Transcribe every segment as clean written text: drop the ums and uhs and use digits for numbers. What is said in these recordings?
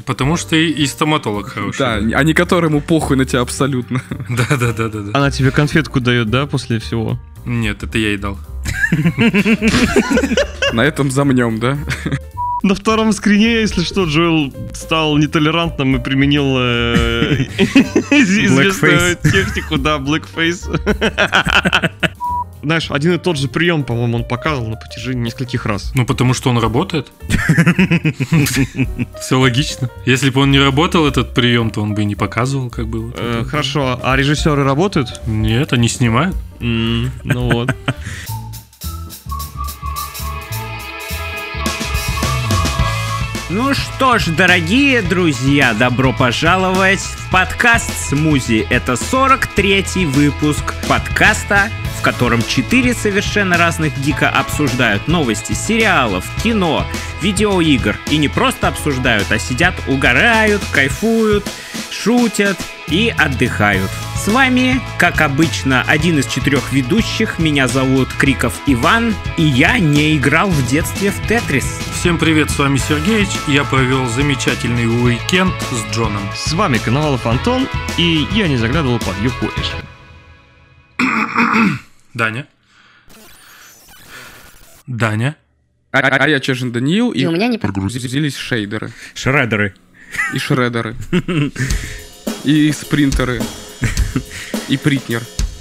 Потому что и стоматолог хороший. Да, а не которому похуй на тебя абсолютно. Да. Она тебе конфетку дает, да, после всего? Нет, это я ей дал. На этом замнем, да? На втором скрине, если что, Джоэл стал нетолерантным и применил известную технику, да, blackface. Знаешь, один и тот же прием, по-моему, он показывал на протяжении нескольких раз. Ну, потому что он работает. Все логично. Если бы он не работал, этот прием, то он бы и не показывал, как бы. Хорошо, а режиссеры работают? Нет, они снимают. Ну вот. Ну что ж, дорогие друзья, добро пожаловать в подкаст «Смузи». Это 43-й выпуск подкаста, в котором 4 совершенно разных гика обсуждают новости сериалов, кино, видеоигр. И не просто обсуждают, а сидят, угорают, кайфуют, шутят и отдыхают. С вами, как обычно, один из 4 ведущих. Меня зовут Криков Иван, и я не играл в детстве в Тетрис. Всем привет, с вами Сергеич. Я провел замечательный уикенд с Джоном. С вами Коновалов Антон, и я не заглядывал под юбку Эшли. Даня. А я Чежин Даниил, И у меня не прогрузились шейдеры. Шредеры. И шредеры. И спринтеры. И притнер.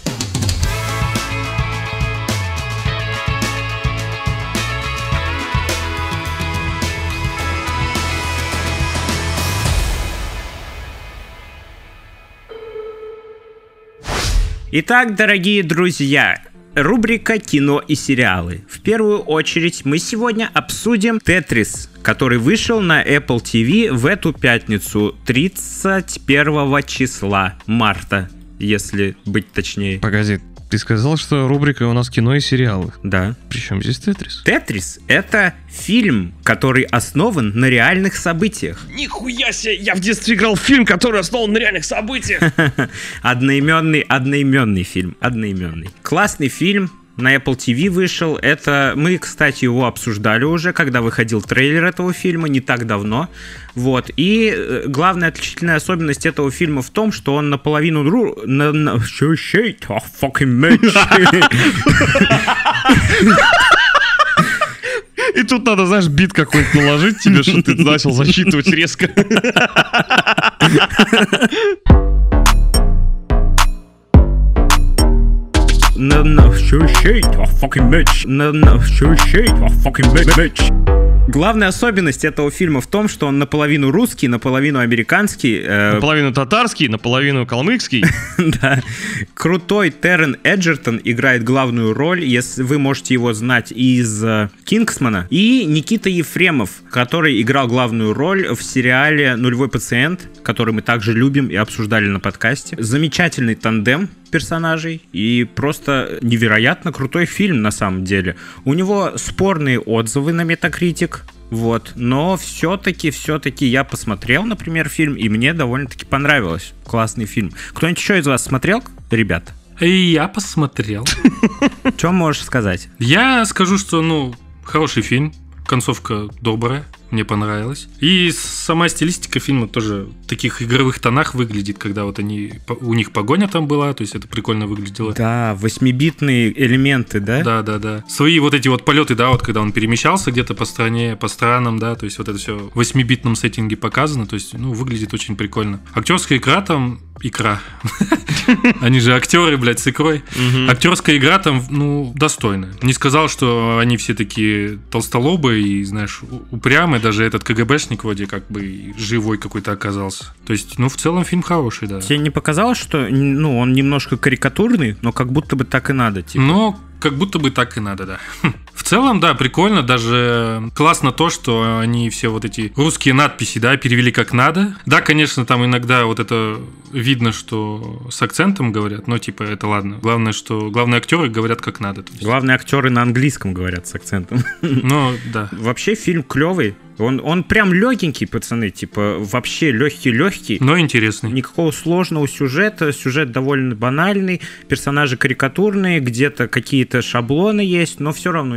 Итак, дорогие друзья, рубрика «Кино и сериалы». В первую очередь мы сегодня обсудим «Тетрис», который вышел на Apple TV в эту пятницу, 31 числа марта, если быть точнее. Погоди, ты сказал, что рубрика у нас кино и сериалы. Да. Причем здесь Тетрис? «Тетрис» — это фильм, который основан на реальных событиях. Нихуя себе! Я в детстве играл в фильм, который основан на реальных событиях! Одноименный фильм. Одноименный. Классный фильм. На Apple TV вышел. Это мы, кстати, его обсуждали уже, когда выходил трейлер этого фильма, не так давно. Вот. И главная отличительная особенность этого фильма в том, что он наполовину... И тут надо, знаешь, бит какой-нибудь наложить тебе, что ты начал засчитывать резко. Главная особенность этого фильма в том, что он наполовину русский, наполовину американский. Наполовину татарский, наполовину калмыцкий. Да. Крутой Террен Эджертон играет главную роль, если вы можете его знать из «Кингсмана». И Никита Ефремов, который играл главную роль в сериале «Нулевой пациент», который мы также любим и обсуждали на подкасте. Замечательный тандем персонажей и просто невероятно крутой фильм на самом деле. У него спорные отзывы на Metacritic, вот, но все-таки я посмотрел, например, фильм, и мне довольно-таки понравилось. Классный фильм. Кто-нибудь еще из вас смотрел, ребят? И я посмотрел. Что можешь сказать? Я скажу, что, хороший фильм, концовка добрая. Мне понравилось. И сама стилистика фильма тоже в таких игровых тонах выглядит, когда вот у них погоня там была, то есть это прикольно выглядело. Да, 8-битные элементы, да? Да. Свои вот эти вот полеты, да, вот когда он перемещался где-то по стране, по странам, да, то есть вот это все в 8-битном сеттинге показано, то есть, выглядит очень прикольно. Актерская игра там... Икра. Они же актеры, блядь, с икрой. Актерская игра там, достойная. Не сказал, что они все такие толстолобые и, знаешь, упрямые. Даже этот КГБшник вроде как бы живой какой-то оказался. То есть, в целом фильм хороший, да. Тебе не показалось, что, он немножко карикатурный, но как будто бы так и надо, типа? Как будто бы так и надо, да. В целом, да, прикольно. Даже классно то, что они все вот эти русские надписи, да, перевели как надо. Да, конечно, там иногда вот это видно, что с акцентом говорят, но типа это ладно. Главное, что главные актеры говорят как надо. Главные актеры на английском говорят с акцентом. Да. Вообще фильм клевый. Он прям легенький, пацаны, типа вообще легкий. Но интересный. Никакого сложного сюжета. Сюжет довольно банальный. Персонажи карикатурные, где-то какие-то шаблоны есть, но все равно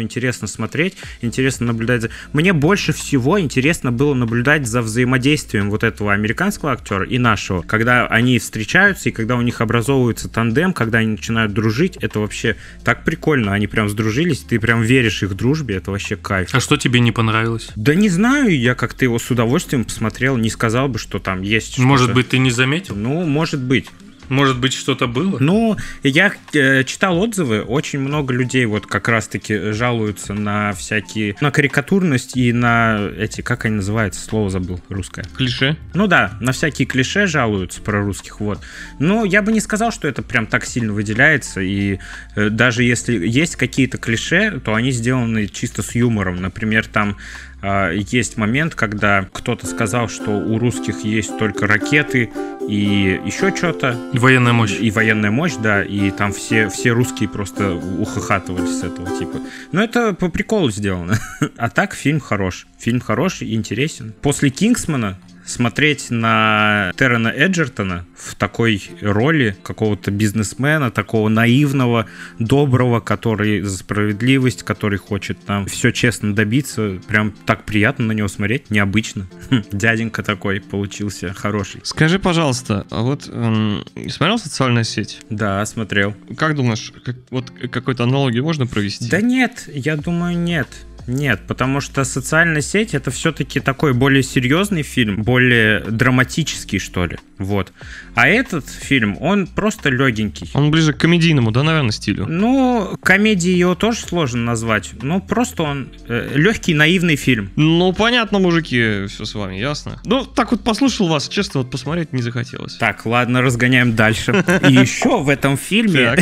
интересно смотреть, интересно наблюдать за... Мне больше всего интересно было наблюдать за взаимодействием вот этого американского актера и нашего. Когда они встречаются, и когда у них образовывается тандем, когда они начинают дружить, это вообще так прикольно. Они прям сдружились, ты прям веришь их дружбе, это вообще кайф. А что тебе не понравилось? Да не знаю, я как-то его с удовольствием посмотрел, не сказал бы, что там есть что-то. Может быть, ты не заметил? Ну, может быть. Может быть, что-то было? Ну, я читал отзывы, очень много людей вот как раз-таки жалуются на всякие, на карикатурность и на эти, как они называются, слово забыл, русское. Клише? Ну да, на всякие клише жалуются про русских, вот. Но я бы не сказал, что это прям так сильно выделяется, и даже если есть какие-то клише, то они сделаны чисто с юмором. Например, там есть момент, когда кто-то сказал, что у русских есть только ракеты и еще что-то. И военная мощь. И военная мощь, да, и там все русские просто ухахатывались с этого типа. Но это по приколу сделано. А так фильм хорош. Фильм хороший и интересен. После «Кингсмана» смотреть на Террена Эджертона в такой роли какого-то бизнесмена, такого наивного, доброго, который за справедливость, который хочет там все честно добиться, прям так приятно на него смотреть, необычно. Дяденька такой получился хороший. Скажи, пожалуйста, а вот смотрел «Социальная сеть»? Да, смотрел. Как думаешь, вот какой-то аналогию можно провести? Да нет, я думаю, нет. Нет, потому что «Социальная сеть» — это все-таки такой более серьезный фильм, более драматический, что ли. Вот. А этот фильм, он просто легенький. Он ближе к комедийному, да, наверное, стилю? Ну, комедией его тоже сложно назвать. Ну, просто он легкий, наивный фильм. Ну, понятно, мужики, все с вами ясно. Ну, так вот послушал вас, честно, вот посмотреть не захотелось. Так, ладно, разгоняем дальше. И еще в этом фильме...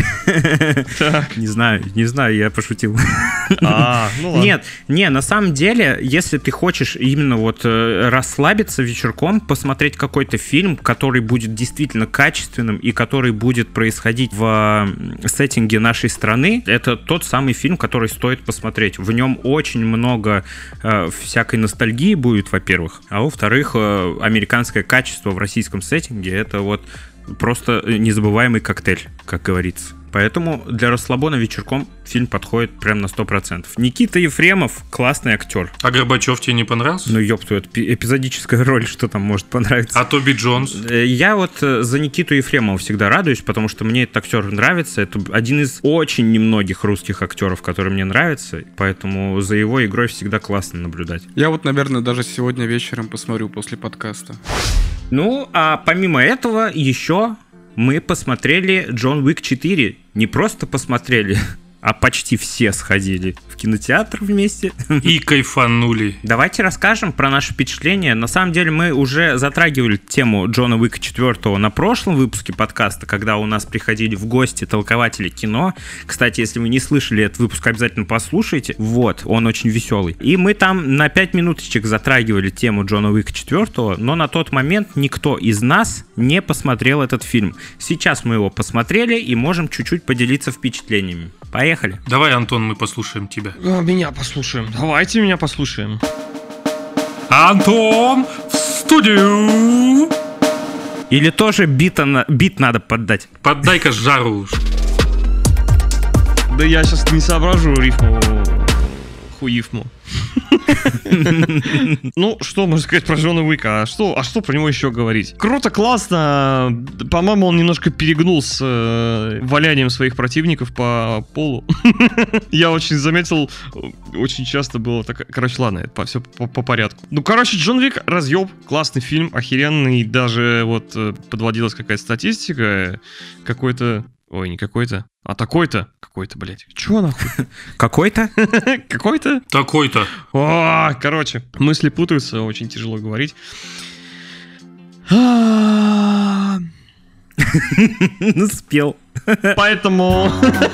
Не знаю, я пошутил. Ну ладно. Нет, на самом деле, если ты хочешь именно вот расслабиться вечерком, посмотреть какой-то фильм, который будет действительно качественным и который будет происходить в сеттинге нашей страны, это тот самый фильм, который стоит посмотреть. В нем очень много всякой ностальгии будет, во-первых, а во-вторых, американское качество в российском сеттинге — это вот просто незабываемый коктейль, как говорится. Поэтому для расслабона вечерком фильм подходит прям на 100%. Никита Ефремов — классный актер. А Горбачев тебе не понравился? Ну, ёпту, это эпизодическая роль, что там может понравиться. А Тоби Джонс? Я вот за Никиту Ефремова всегда радуюсь, потому что мне этот актер нравится. Это один из очень немногих русских актеров, который мне нравится, поэтому за его игрой всегда классно наблюдать. Я вот, наверное, даже сегодня вечером посмотрю после подкаста. Ну, а помимо этого еще мы посмотрели «Джон Уик 4». Не просто посмотрели, а почти все сходили в кинотеатр вместе. И кайфанули. Давайте расскажем про наши впечатления. На самом деле мы уже затрагивали тему Джона Уика 4 на прошлом выпуске подкаста, когда у нас приходили в гости толкователи кино. Кстати, если вы не слышали этот выпуск, обязательно послушайте. Вот, он очень веселый. И мы там на 5 минуточек затрагивали тему Джона Уика 4, но на тот момент никто из нас не посмотрел этот фильм. Сейчас мы его посмотрели и можем чуть-чуть поделиться впечатлениями. Поехали. Давай, Антон, мы послушаем тебя. Меня послушаем. Давайте меня послушаем. Антон, в студию! Или тоже бит надо поддать? Поддай-ка жару уж. Да я сейчас не соображу рифму. Хуифму. Ну, что можно сказать про Джона Уика? А что про него еще говорить? Круто, классно. По-моему, он немножко перегнул с валянием своих противников по полу. Я очень заметил, очень часто было так. Короче, ладно, это все по порядку. Ну, короче, Джон Уик разъеб. Классный фильм, охеренный. Даже вот подводилась какая-то статистика. Какой-то... Ой, не какой-то, а такой-то. Какой-то, блядь. Чего нахуй? Какой-то? Какой-то? Такой-то. О, короче, мысли путаются, очень тяжело говорить. Спел. Поэтому...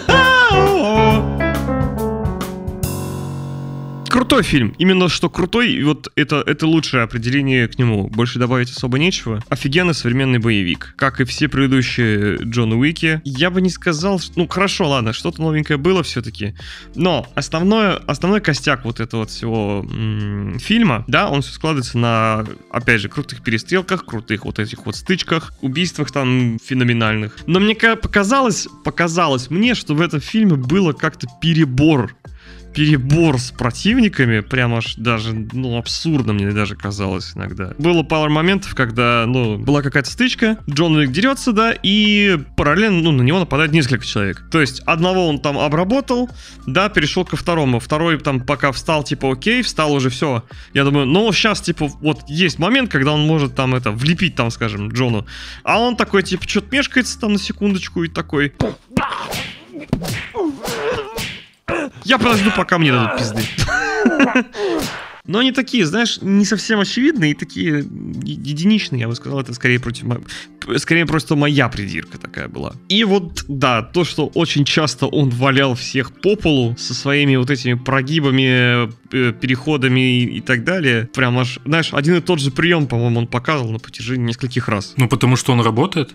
Крутой фильм. Именно что крутой, и вот это лучшее определение к нему. Больше добавить особо нечего. Офигенный современный боевик. Как и все предыдущие Джон Уики. Я бы не сказал, что... Ну, хорошо, ладно, что-то новенькое было все-таки. Но основной костяк вот этого вот всего фильма, да, он все складывается на, опять же, крутых перестрелках, крутых вот этих вот стычках, убийствах там феноменальных. Но мне показалось мне, что в этом фильме было как-то перебор. перебор с противниками, прям аж даже, абсурдно мне даже казалось иногда. Было пару моментов, когда, была какая-то стычка, Джон Уик дерется, да, и параллельно, на него нападает несколько человек. То есть, одного он там обработал, да, перешел ко второму. Второй там пока встал, типа, окей, встал уже, все. Я думаю, сейчас, типа, вот есть момент, когда он может там влепить, там, скажем, Джону. А он такой, типа, что-то мешкается там на секундочку и такой... Я подожду, пока мне дадут пизды. Но они такие, знаешь, не совсем очевидные и такие единичные, я бы сказал, это скорее просто моя придирка такая была. И вот, да, то, что очень часто он валял всех по полу со своими вот этими прогибами, переходами и так далее, прям аж, знаешь, один и тот же прием, по-моему, он показывал на протяжении нескольких раз. Потому что он работает.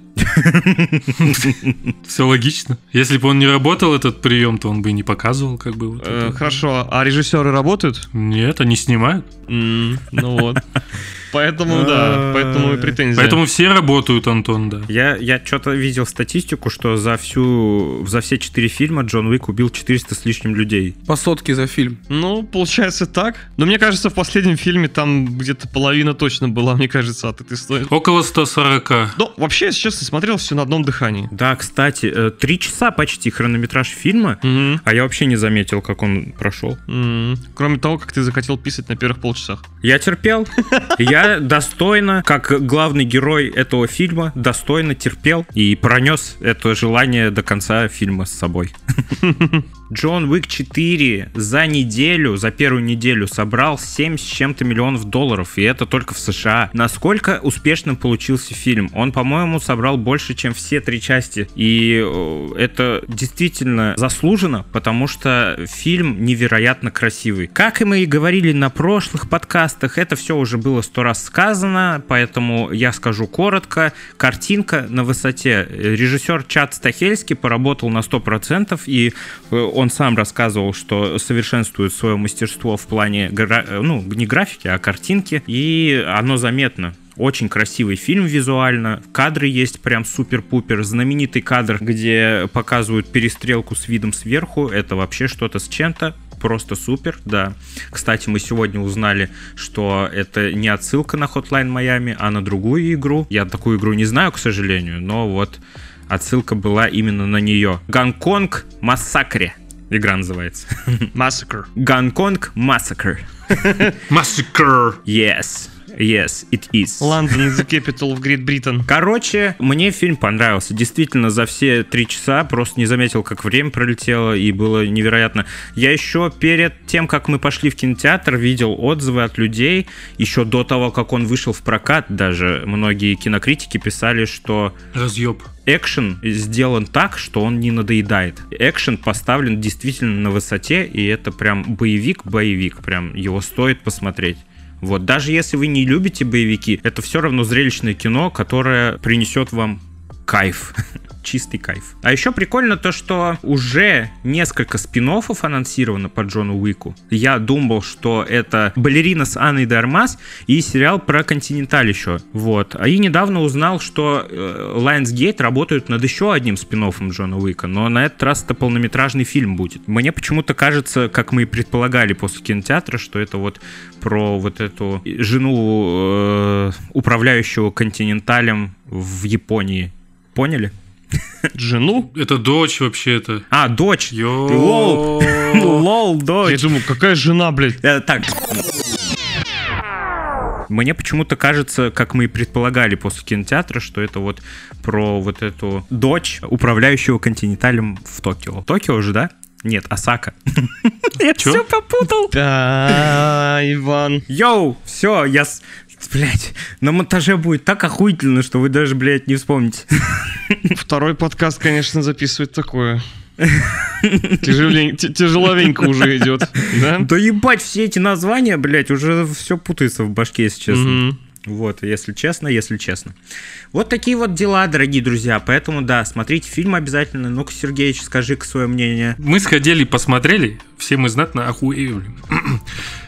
Все логично. Если бы он не работал, этот прием, то он бы и не показывал, как бы. Хорошо, а режиссеры работают? Нет, они снимают. Ну вот. Поэтому, да, поэтому и претензии. Поэтому все работают, Антон, да. Я что-то видел статистику, что за все 4 фильма Джон Уик убил 400 с лишним людей. По сотке за фильм. Получается так. Но мне кажется, в последнем фильме там где-то половина точно была, мне кажется, от этой истории. Около 140. Вообще, если честно, смотрел все на одном дыхании. Да, кстати, 3 часа почти хронометраж фильма, а я вообще не заметил, как он прошел. Кроме того, как ты захотел писать на первых полчасах. Я терпел. Я достойно, как главный герой этого фильма, достойно терпел и пронес это желание до конца фильма с собой. Джон Уик 4 за первую неделю собрал 7 с чем-то миллионов долларов, и это только в США. Насколько успешным получился фильм? Он, по-моему, собрал больше, чем все 3 части, и это действительно заслуженно, потому что фильм невероятно красивый. Как и мы и говорили на прошлых подкастах, это все уже было 100 раз сказано, поэтому я скажу коротко. Картинка на высоте. Режиссер Чад Стахельский поработал на 100%, и он сам рассказывал, что совершенствует свое мастерство в плане не графики, а картинки, и оно заметно. Очень красивый фильм визуально, кадры есть прям супер-пупер, знаменитый кадр, где показывают перестрелку с видом сверху, это вообще что-то с чем-то. Просто супер, да. Кстати, мы сегодня узнали, что это не отсылка на Hotline Miami, а на другую игру. Я такую игру не знаю, к сожалению, но вот отсылка была именно на нее. Гонконг Массакре. Игра называется. Massacre. Гонконг Massacre. Massacre. Yes, it is. London is the capital of Great Britain. Короче, мне фильм понравился. Действительно, за все 3 часа просто не заметил, как время пролетело, и было невероятно. Я еще перед тем, как мы пошли в кинотеатр, видел отзывы от людей. Еще до того, как он вышел в прокат, даже многие кинокритики писали, что... Разъеб. Экшен сделан так, что он не надоедает. Экшен поставлен действительно на высоте, и это прям боевик, прям его стоит посмотреть. Вот, даже если вы не любите боевики, это все равно зрелищное кино, которое принесет вам кайф. Чистый кайф. А еще прикольно то, что уже несколько спин-оффов анонсировано по Джону Уику. Я думал, что это «Балерина» с Анной де Армас и сериал про «Континенталь» еще. Вот. И недавно узнал, что Lionsgate работают над еще одним спин-оффом Джона Уика, но на этот раз это полнометражный фильм будет. Мне почему-то кажется, как мы и предполагали после кинотеатра, что это вот про вот эту жену управляющего «Континенталем» в Японии. Поняли? Жену? Это дочь вообще-то. А, дочь. Йоу. Лол, дочь. Я думаю, какая жена, блядь? Так. Мне почему-то кажется, как мы и предполагали после кинотеатра, что это вот про вот эту дочь управляющего «Континенталем» в Токио. Токио же, да? Нет, Осака. Я все попутал. Да, Иван. Йоу, все, блять, на монтаже будет так охуительно, что вы даже, блядь, не вспомните. Второй подкаст, конечно, записывает такое. Тяжеловенько уже идет, да? Да ебать, все эти названия, блядь, уже все путается в башке, если честно. Вот, если честно. Вот такие вот дела, дорогие друзья. Поэтому, да, смотрите фильм обязательно. Ну-ка, Сергеич, скажи-ка свое мнение. Мы сходили, посмотрели, все мы знатно охуели.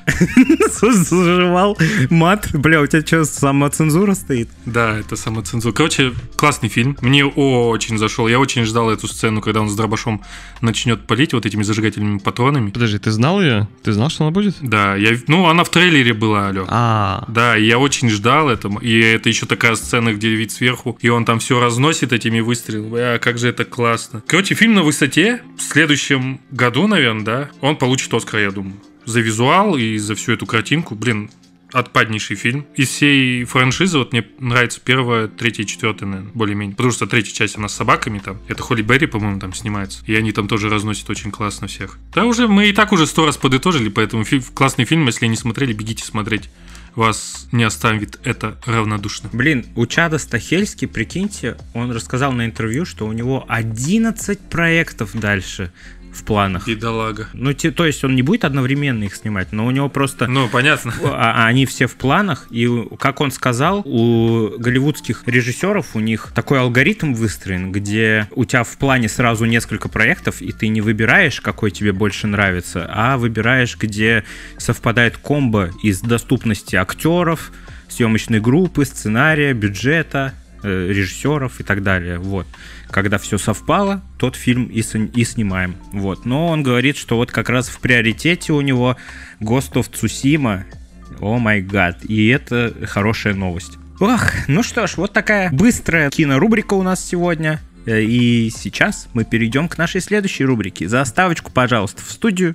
Заживал мат. Бля, у тебя что, самоцензура стоит? Да, это самоцензура. Короче, классный фильм. Мне очень зашел. Я очень ждал эту сцену, когда он с дробашом начнет палить вот этими зажигательными патронами. Подожди, ты знал ее? Ты знал, что она будет? Да, она в трейлере была, алё. Да, и я очень ждал этого. И это еще такая сцена, где вид сверху, и он там все разносит этими выстрелами. Как же это классно. Короче, фильм на высоте. В следующем году, наверное, да, он получит Оскар, я думаю. За визуал и за всю эту картинку. Блин, отпаднейший фильм. Из всей франшизы вот мне нравится первая, третья и четвертая, наверное, более-менее. Потому что третья часть, она с собаками там. Это Холли Берри, по-моему, там снимается. И они там тоже разносят очень классно всех. Да уже мы и так уже 100 раз подытожили, поэтому классный фильм. Если не смотрели, бегите смотреть. Вас не оставит это равнодушно. Блин, у Чада Стахельски, прикиньте, он рассказал на интервью, что у него 11 проектов дальше в планах. Бедолага. То есть он не будет одновременно их снимать, но у него просто... понятно. Они все в планах, и, как он сказал, у голливудских режиссеров у них такой алгоритм выстроен, где у тебя в плане сразу несколько проектов, и ты не выбираешь, какой тебе больше нравится, а выбираешь, где совпадает комбо из доступности актеров, съемочной группы, сценария, бюджета, режиссеров и так далее. Вот. Когда все совпало, тот фильм и снимаем. Вот. Но он говорит, что вот как раз в приоритете у него Ghost of Tsushima. О май гад. И это хорошая новость. Ох, ну что ж, вот такая быстрая кинорубрика у нас сегодня. И сейчас мы перейдем к нашей следующей рубрике. Заставочку, пожалуйста, в студию.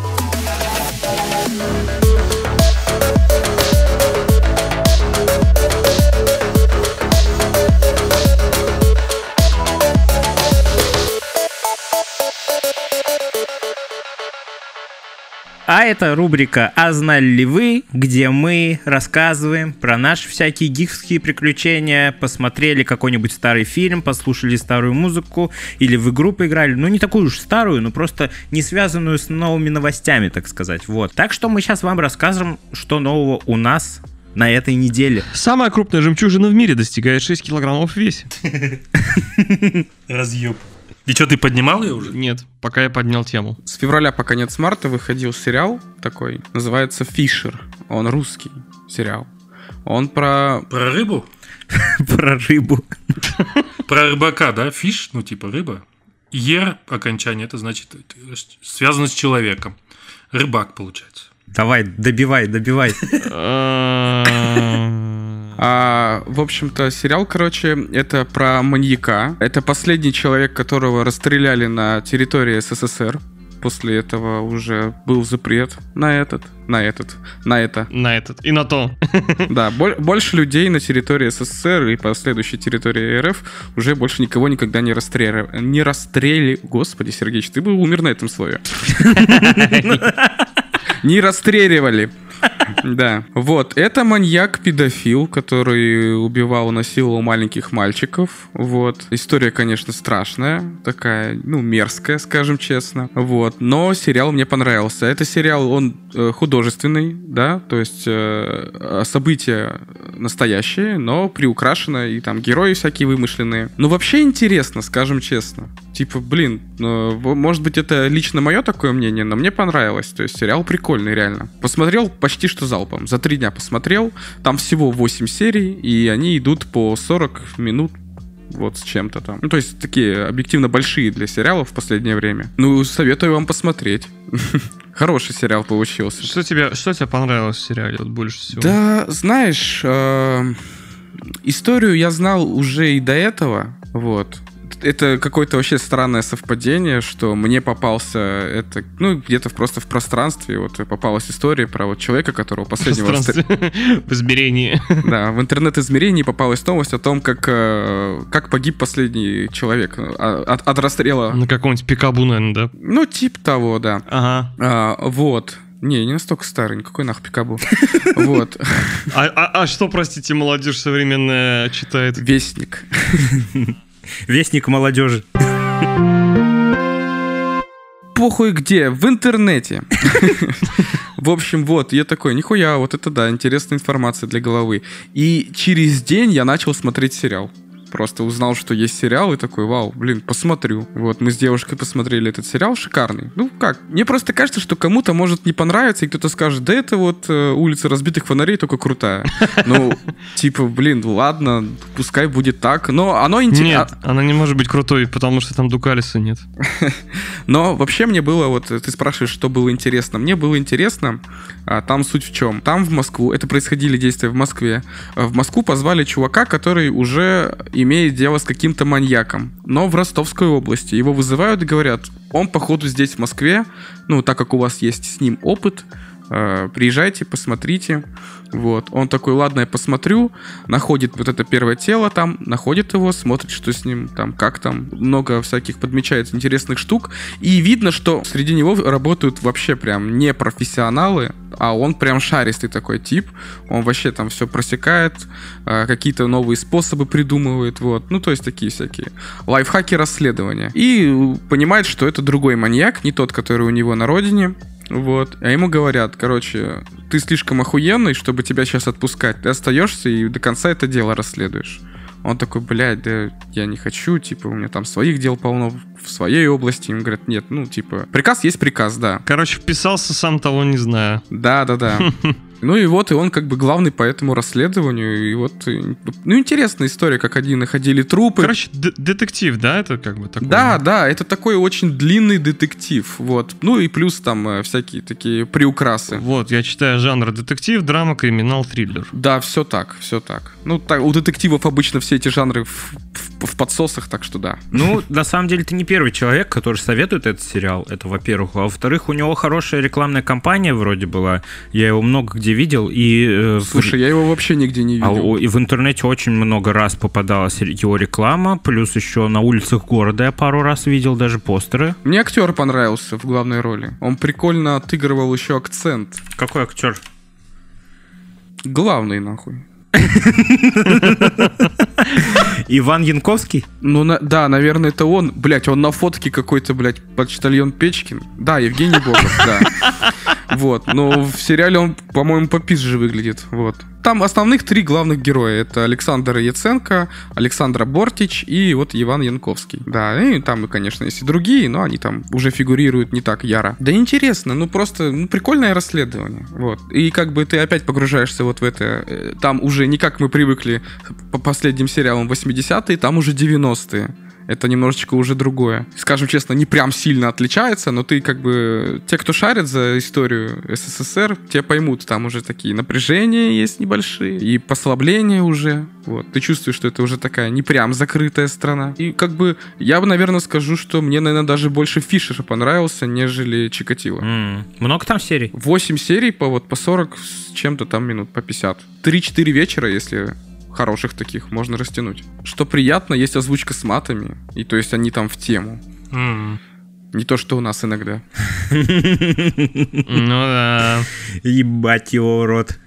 А это рубрика «А знали ли вы?», где мы рассказываем про наши всякие гикские приключения, посмотрели какой-нибудь старый фильм, послушали старую музыку или в игру поиграли. Ну, не такую уж старую, но просто не связанную с новыми новостями, так сказать. Вот. Так что мы сейчас вам расскажем, что нового у нас на этой неделе. Самая крупная жемчужина в мире достигает 6 килограммов в весе. Разъеб. И что, ты поднимал ее уже? Нет, пока я поднял тему. С февраля по конец марта выходил сериал такой, называется «Фишер». Он русский сериал. Он про... Про рыбу? Про рыбу. Про рыбака, да? Фиш, типа рыба. Ер, окончание, это значит связано с человеком. Рыбак, получается. Давай, добивай. В общем-то, сериал, это про маньяка. Это последний человек, которого расстреляли на территории СССР. После этого уже был запрет на это. И на то. Да, больше людей на территории СССР и последующей территории РФ уже больше никого никогда не расстреливали. Господи, Сергеич, ты бы умер на этом слове. Не расстреливали. Да. Вот. Это маньяк-педофил, который убивал, насиловал маленьких мальчиков. Вот. История, конечно, страшная. Такая, мерзкая, скажем честно. Вот. Но сериал мне понравился. Это сериал, он художественный, да, то есть события настоящие, но приукрашено, и там герои всякие вымышленные. Вообще интересно, скажем честно. Типа, может быть, это лично мое такое мнение, но мне понравилось. То есть сериал прикольный, реально. Посмотрел почти что залпом. За 3 дня посмотрел. Там всего 8 серий, и они идут по 40 минут вот с чем-то там. То есть такие объективно большие для сериалов в последнее время. Советую вам посмотреть. Хороший сериал получился. Что тебе понравилось в сериале больше всего? Да, знаешь, историю я знал уже и до этого. Вот. Это какое-то вообще странное совпадение, что мне попался это, где-то просто в пространстве, попалась история про человека, которого последнего... В измерении. Да, в интернет-измерении попалась новость о том, как погиб последний человек от расстрела. На каком-нибудь Пикабу, наверное, да? Типа того, да. Ага. Вот. Не настолько старый, никакой нахуй Пикабу. Вот. А что, простите, молодежь современная читает? Вестник. Вестник молодежи. Похуй где, в интернете. В общем, я такой, нихуя, это да, интересная информация для головы. И через день я начал смотреть сериал. просто узнал, что есть сериал, и такой, вау, блин, посмотрю. Вот, мы с девушкой посмотрели этот сериал, шикарный. Ну, как? Мне просто кажется, что кому-то может не понравиться, и кто-то скажет, да это вот улица разбитых фонарей, только крутая. Ну, типа, блин, ладно, пускай будет так, но оно интересно. Нет, она не может быть крутой, потому что там Дукалиса нет. Но вообще мне было, вот ты спрашиваешь, что было интересно. Мне было интересно, там суть в чем. Там в Москву, это происходили действия в Москве, в Москву позвали чувака, который уже имеет дело с каким-то маньяком, но в Ростовской области. Его вызывают и говорят, он, походу, здесь, в Москве, ну, так как у вас есть с ним опыт, приезжайте, посмотрите. Вот. Он такой, ладно, я посмотрю, находит вот это первое тело там, находит его, смотрит, что с ним там, как там, много всяких подмечает интересных штук, и видно, что среди него работают вообще прям не профессионалы, а он прям шаристый такой тип, он вообще там все просекает, какие-то новые способы придумывает, вот, ну, то есть такие всякие лайфхаки расследования. И понимает, что это другой маньяк, не тот, который у него на родине. Вот. А ему говорят, короче, ты слишком охуенный, чтобы тебя сейчас отпускать. Ты остаешься и до конца это дело расследуешь. Он такой, блядь, да я не хочу, типа, у меня там своих дел полно в своей области. Им говорят, нет, ну, типа, приказ есть приказ, да. Короче, вписался, сам того не зная. Да. Ну и вот, и он как бы главный по этому расследованию. И вот, ну, интересная история, как они находили трупы. Короче, детектив, да, это как бы такой? Да, это такой очень длинный детектив, вот. Ну и плюс там всякие такие приукрасы. Вот, я читаю жанр детектив, драма, криминал, триллер. Да, все так. Ну, так, у детективов обычно все эти жанры в подсосах, так что да. Ну, на самом деле, ты не первый человек, который советует этот сериал, это во-первых. А во-вторых, у него хорошая рекламная кампания вроде была. Я его много где видел. И, слушай, я его вообще нигде не видел. И в интернете очень много раз попадалась его реклама, плюс еще на улицах города я пару раз видел даже постеры. Мне актер понравился в главной роли. Он прикольно отыгрывал еще акцент. Какой актер? Главный, нахуй. Иван Янковский? Ну, да, наверное, это он. Блять, он на фотке какой-то, блять, почтальон Печкин. Да, Евгений Богов, да. Вот, но в сериале он, по-моему, попизже выглядит, вот. Там основных 3 главных героя. Это Александр Яценко, Александра Бортич и вот Иван Янковский. Да, и там, конечно, есть и другие, но они там уже фигурируют не так яро. Да интересно, ну просто прикольное расследование. Вот. И как бы ты опять погружаешься вот в это. Там уже не как мы привыкли по последним сериалам 80-е, там уже 90-е. Это немножечко уже другое. Скажем честно, не прям сильно отличается, но ты как бы... Те, кто шарит за историю СССР, те поймут, там уже такие напряжения есть небольшие, и послабления уже. Вот. Ты чувствуешь, что это уже такая не прям закрытая страна. И как бы я бы, наверное, скажу, что мне, наверное, даже больше Фишер понравился, нежели Чикатило. Много там серий? 8 серий по 40 с чем-то там минут, по 50. 3-4 вечера, если... хороших таких можно растянуть. Что приятно, есть озвучка с матами, и то есть они там в тему. Не то, что у нас иногда. Ну да. Ебать его в рот.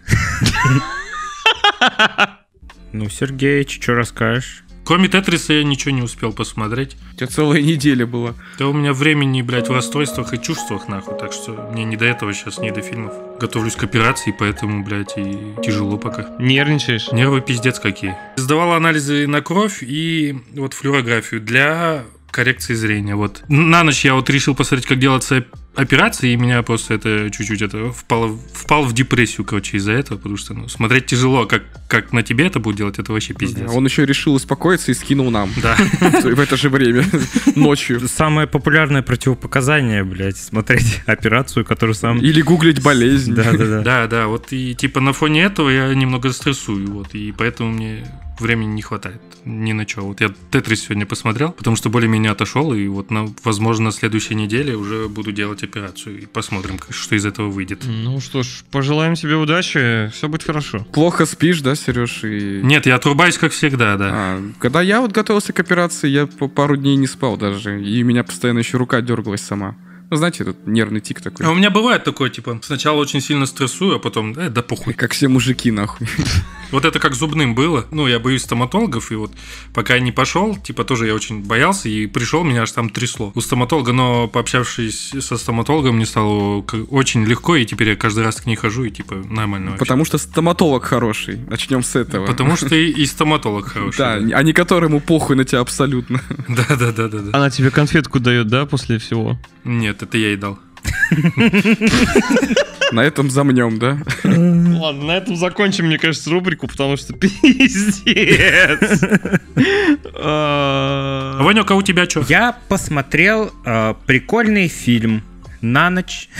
Ну, Сергеич, что расскажешь? Кроме Тетриса я ничего не успел посмотреть. У тебя целая неделя была. Да у меня времени, блядь, в расстройствах и чувствах, нахуй. Так что мне не до этого сейчас, не до фильмов. Готовлюсь к операции, поэтому, блядь, и тяжело пока. Нервничаешь? Нервы пиздец какие. Сдавал анализы на кровь и вот флюорографию для коррекции зрения. Вот. На ночь я вот решил посмотреть, как делаться операции, и меня просто это чуть-чуть впал в депрессию, короче, из-за этого, потому что смотреть тяжело, как на тебе это будет делать, это вообще пиздец. Он еще решил успокоиться и скинул нам. Да. В это же время, ночью. Самое популярное противопоказание, блядь, смотреть операцию, которую сам... Или гуглить болезнь. Да, вот и типа на фоне этого я немного стрессую, вот, и поэтому мне времени не хватает ни на что. Вот я Тетрис сегодня посмотрел, потому что более-менее отошел, и вот, возможно, на следующей неделе уже буду делать операцию, и посмотрим, что из этого выйдет. Ну что ж, пожелаем тебе удачи, все будет хорошо. Плохо спишь, да, Сереж? Нет, я отрубаюсь, как всегда, да. Когда я вот готовился к операции, я по пару дней не спал даже, и у меня постоянно еще рука дергалась сама. Ну, знаете, этот нервный тик такой. А у меня бывает такое, типа, сначала очень сильно стрессую, а потом, да похуй. Как все мужики, нахуй. Вот это как зубным было. Ну, я боюсь стоматологов, и вот пока я не пошел, типа, тоже я очень боялся, и пришел, меня аж там трясло у стоматолога, но пообщавшись со стоматологом, мне стало очень легко, и теперь я каждый раз к ней хожу, и типа, нормально вообще. Потому что стоматолог хороший. Начнем с этого. Потому что и стоматолог хороший. Да, а не которому похуй на тебя абсолютно. Да. Она тебе конфетку дает, да, после всего? Нет, это я ей дал. На этом замнем, да? Ладно, на этом закончим, мне кажется, рубрику, потому что пиздец. Ванёк, а у тебя что? Я посмотрел прикольный фильм на ночь.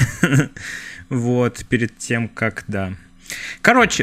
Вот, перед тем, как, да. Короче,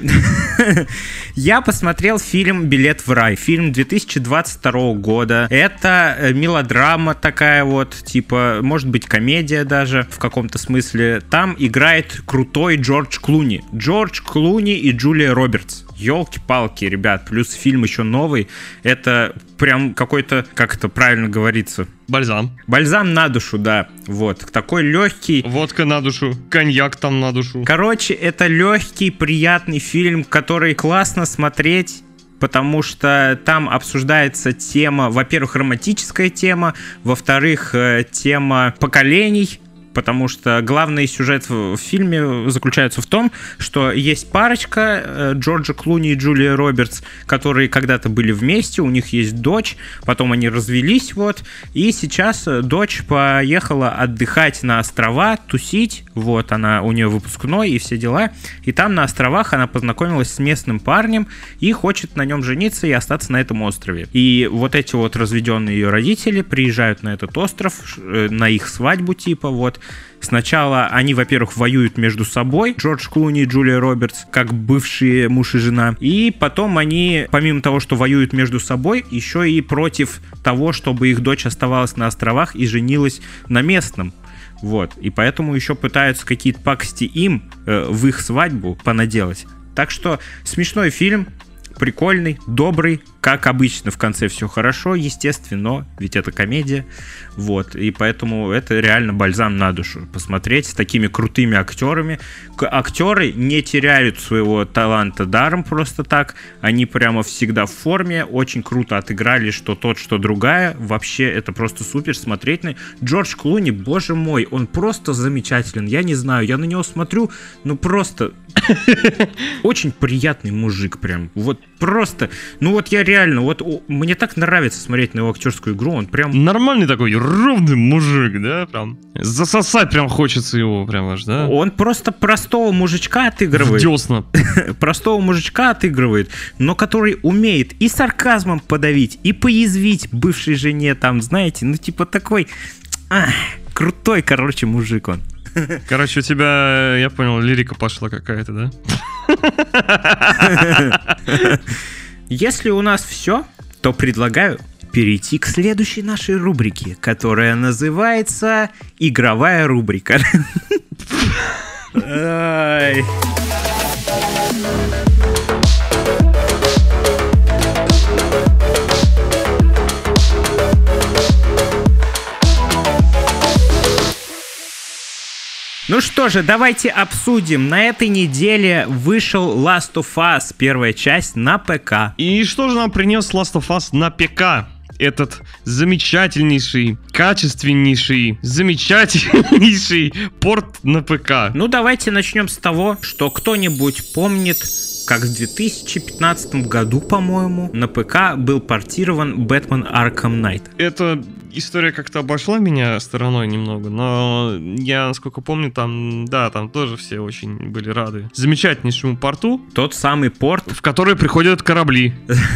я посмотрел фильм «Билет в рай». Фильм 2022 года. Это мелодрама такая вот, типа, может быть, комедия даже в каком-то смысле. Там играет крутой Джордж Клуни. Джордж Клуни и Джулия Робертс. Ёлки-палки, ребят. Плюс фильм еще новый. Это прям какой-то, как это правильно говорится? Бальзам. Бальзам на душу, да. Вот. Такой легкий. Водка на душу. Коньяк там на душу. Короче, это легкий, приятный фильм, который классно смотреть. Потому что там обсуждается тема, во-первых, романтическая тема, во-вторых, тема поколений. Потому что главный сюжет в фильме заключается в том, что есть парочка, Джорджа Клуни и Джулия Робертс, которые когда-то были вместе, у них есть дочь, потом они развелись, вот, и сейчас дочь поехала отдыхать на острова, тусить, вот, у нее выпускной и все дела, и там на островах она познакомилась с местным парнем и хочет на нем жениться и остаться на этом острове. И вот эти вот разведенные ее родители приезжают на этот остров, на их свадьбу типа, вот. Сначала они, во-первых, воюют между собой, Джордж Клуни и Джулия Робертс, как бывшие муж и жена. И потом они, помимо того, что воюют между собой, еще и против того, чтобы их дочь оставалась на островах и женилась на местном. Вот. И поэтому еще пытаются какие-то пакости им в их свадьбу понаделать. Так что смешной фильм, прикольный, добрый, как обычно, в конце все хорошо, естественно, ведь это комедия, вот, и поэтому это реально бальзам на душу, посмотреть с такими крутыми актерами. Актеры не теряют своего таланта даром просто так, они прямо всегда в форме, очень круто отыграли, что тот, что другая, вообще это просто супер смотреть. Джордж Клуни, боже мой, он просто замечателен, я не знаю, я на него смотрю, ну просто... Очень приятный мужик прям. Вот просто... Ну вот я реально... Вот мне так нравится смотреть на его актерскую игру. Он прям... Нормальный такой ровный мужик, да? Прям засосать прям хочется его прям аж, да? Он просто простого мужичка отыгрывает. Дёсна. Простого мужичка отыгрывает, но который умеет и сарказмом подавить, и поязвить бывшей жене там, знаете, ну типа такой... крутой, короче, мужик он. Короче, у тебя, я понял, лирика пошла какая-то, да? Если у нас все, то предлагаю перейти к следующей нашей рубрике, которая называется «Игровая рубрика». Ну что же, давайте обсудим. На этой неделе вышел Last of Us, первая часть на ПК. И что же нам принес Last of Us на ПК? Этот замечательнейший, качественнейший, замечательнейший порт на ПК. Ну давайте начнем с того, что кто-нибудь помнит, как в 2015 году, по-моему, на ПК был портирован Batman Arkham Knight. Эта история как-то обошла меня стороной немного, но я, насколько помню, там тоже все очень были рады замечательнейшему порту. Тот самый порт, в который приходят корабли.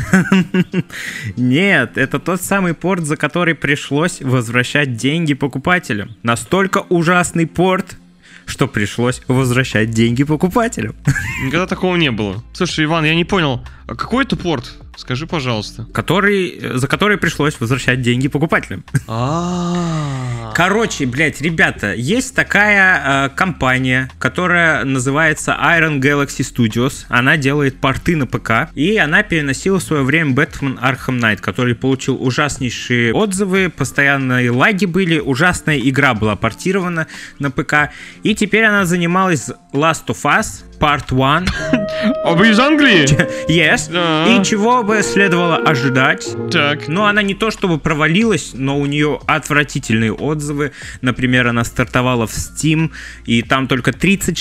Нет, это тот самый порт, за который пришлось возвращать деньги покупателям. Настолько ужасный порт, что пришлось возвращать деньги покупателям. Никогда такого не было. Слушай, Иван, я не понял, а какой это порт? Скажи, пожалуйста. За который пришлось возвращать деньги покупателям. Короче, блядь, ребята, есть такая компания, которая называется Iron Galaxy Studios. Она делает порты на ПК, и она переносила в свое время Batman Arkham Knight, который получил ужаснейшие отзывы, постоянные лаги были, ужасная игра была портирована на ПК, и теперь она занималась Last of Us Part 1. А вы из Англии? Yes. И чего бы следовало ожидать? Так. Но она не то чтобы провалилась, но у нее отвратительные отзывы. Например, она стартовала в Steam, и там только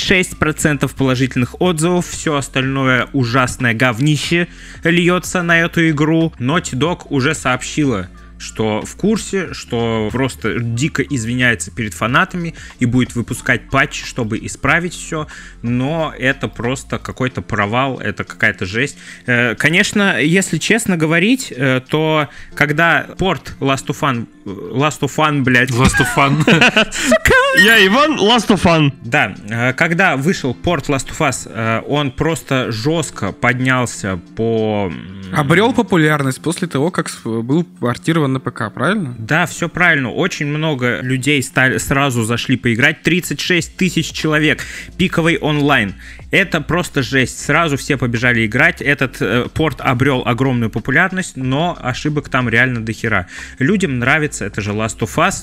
36% положительных отзывов. Все остальное ужасное говнище льется на эту игру. Naughty Dog уже сообщила, что в курсе, что просто дико извиняется перед фанатами и будет выпускать патч, чтобы исправить все, но это просто какой-то провал, это какая-то жесть. Конечно, если честно говорить, то когда порт Last of Us, блядь. Last of Us. Я Иван, Last of Us. Да, когда вышел порт Last of Us, он просто жестко поднялся по... Обрел популярность после того, как был портирован на ПК, правильно? Да, все правильно. Очень много людей сразу зашли поиграть. 36 тысяч человек. Пиковый онлайн. Это просто жесть. Сразу все побежали играть. Этот порт обрел огромную популярность, но ошибок там реально дохера. Людям нравится, это же Last of Us,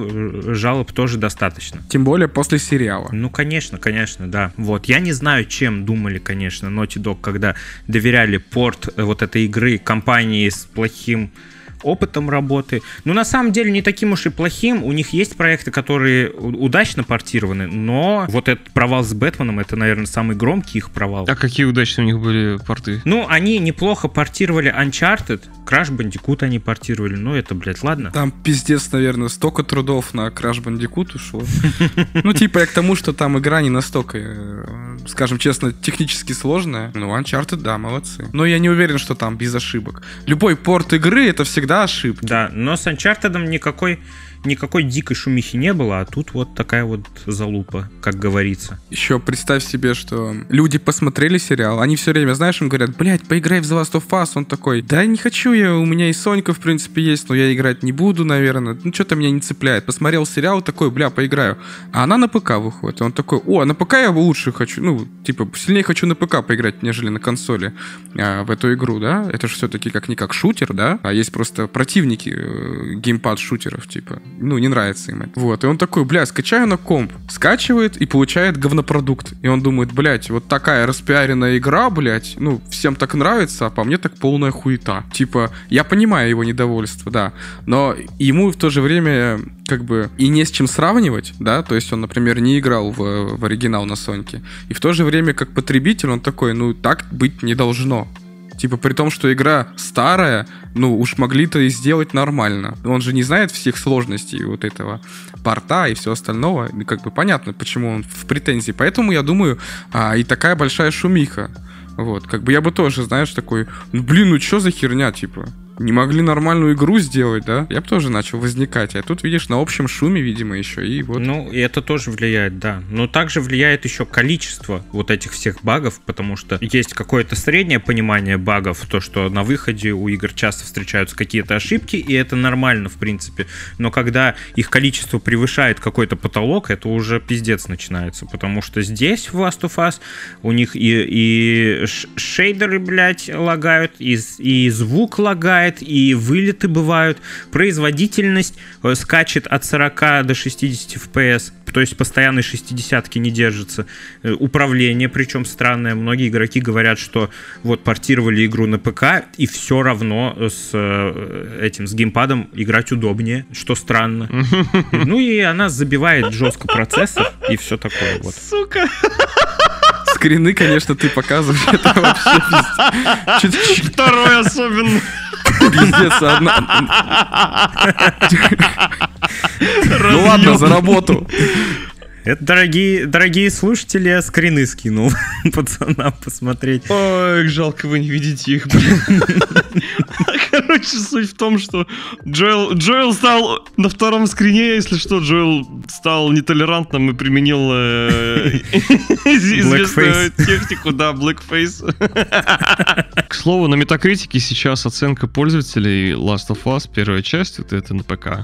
но жалоб тоже достаточно. Тем более после сериала. Ну, конечно, да. Вот. Я не знаю, чем думали, конечно, Naughty Dog, когда доверяли порт вот этой игры компании с плохим опытом работы. Но на самом деле не таким уж и плохим. У них есть проекты, которые удачно портированы, но вот этот провал с Бэтменом, это, наверное, самый громкий их провал. А какие удачные у них были порты? Ну, они неплохо портировали Uncharted, Crash Bandicoot они портировали, ну это, блядь, ладно. Там пиздец, наверное, столько трудов на Crash Bandicoot ушло. Ну, типа, я к тому, что там игра не настолько, скажем честно, технически сложная. Ну, Uncharted, да, молодцы. Но я не уверен, что там без ошибок. Любой порт игры — это всегда ошибки. Да, но с Uncharted никакой дикой шумихи не было, а тут вот такая вот залупа, как говорится. Еще представь себе, что люди посмотрели сериал, они все время, знаешь, им говорят: блядь, поиграй в The Last of Us. Он такой: да не хочу я, у меня и Сонька, в принципе, есть, но я играть не буду, наверное. Ну, что-то меня не цепляет. Посмотрел сериал, такой: бля, поиграю. А она на ПК выходит. И он такой: о, на ПК я лучше хочу, ну, типа, сильнее хочу на ПК поиграть, нежели на консоли в эту игру, да? Это же все-таки как-никак шутер, да? А есть просто противники геймпад-шутеров, типа. Ну, не нравится им это. Вот, и он такой: бля, скачаю на комп. Скачивает и получает говнопродукт. И он думает: блядь, вот такая распиаренная игра, блядь, ну, всем так нравится, а по мне так полная хуета. Типа, я понимаю его недовольство, да, но ему в то же время как бы и не с чем сравнивать, да, то есть он, например, не играл в оригинал на Соньке. И в то же время, как потребитель, он такой: ну, так быть не должно. Типа, при том, что игра старая, ну, уж могли-то и сделать нормально. Он же не знает всех сложностей вот этого порта и все остального. И как бы понятно, почему он в претензии. Поэтому, я думаю, и такая большая шумиха. Вот, как бы я бы тоже, знаешь, такой: ну, блин, ну что за херня, типа? Не могли нормальную игру сделать, да? Я бы тоже начал возникать. А тут, видишь, на общем шуме, видимо, еще и вот. Ну, и это тоже влияет, да. Но также влияет еще количество вот этих всех багов, потому что есть какое-то среднее понимание багов, то, что на выходе у игр часто встречаются какие-то ошибки, и это нормально, в принципе. Но когда их количество превышает какой-то потолок, это уже пиздец начинается, потому что здесь, в Last of Us, у них и шейдеры, блядь, лагают, и звук лагает, и вылеты бывают, производительность скачет от 40 до 60 FPS, то есть постоянной 60-ки не держится. Управление, причем странное. Многие игроки говорят, что вот портировали игру на ПК, и все равно с геймпадом играть удобнее, что странно. Ну и она забивает жестко процессор, и все такое вот. Сука! Скрины, конечно, ты показываешь, это вообще пиздец. Второй особенно. Пиздец, одна. Ну ладно, за работу. Это, дорогие слушатели, я скрины скинул пацанам посмотреть. Ой, жалко, вы не видите их, блин. Короче, Короче, суть в том, что Джоэл стал на втором скрине, если что, Джоэл стал нетолерантным и применил известную технику, да, Blackface. К слову, на Метакритике сейчас оценка пользователей Last of Us, первая часть, вот это на ПК,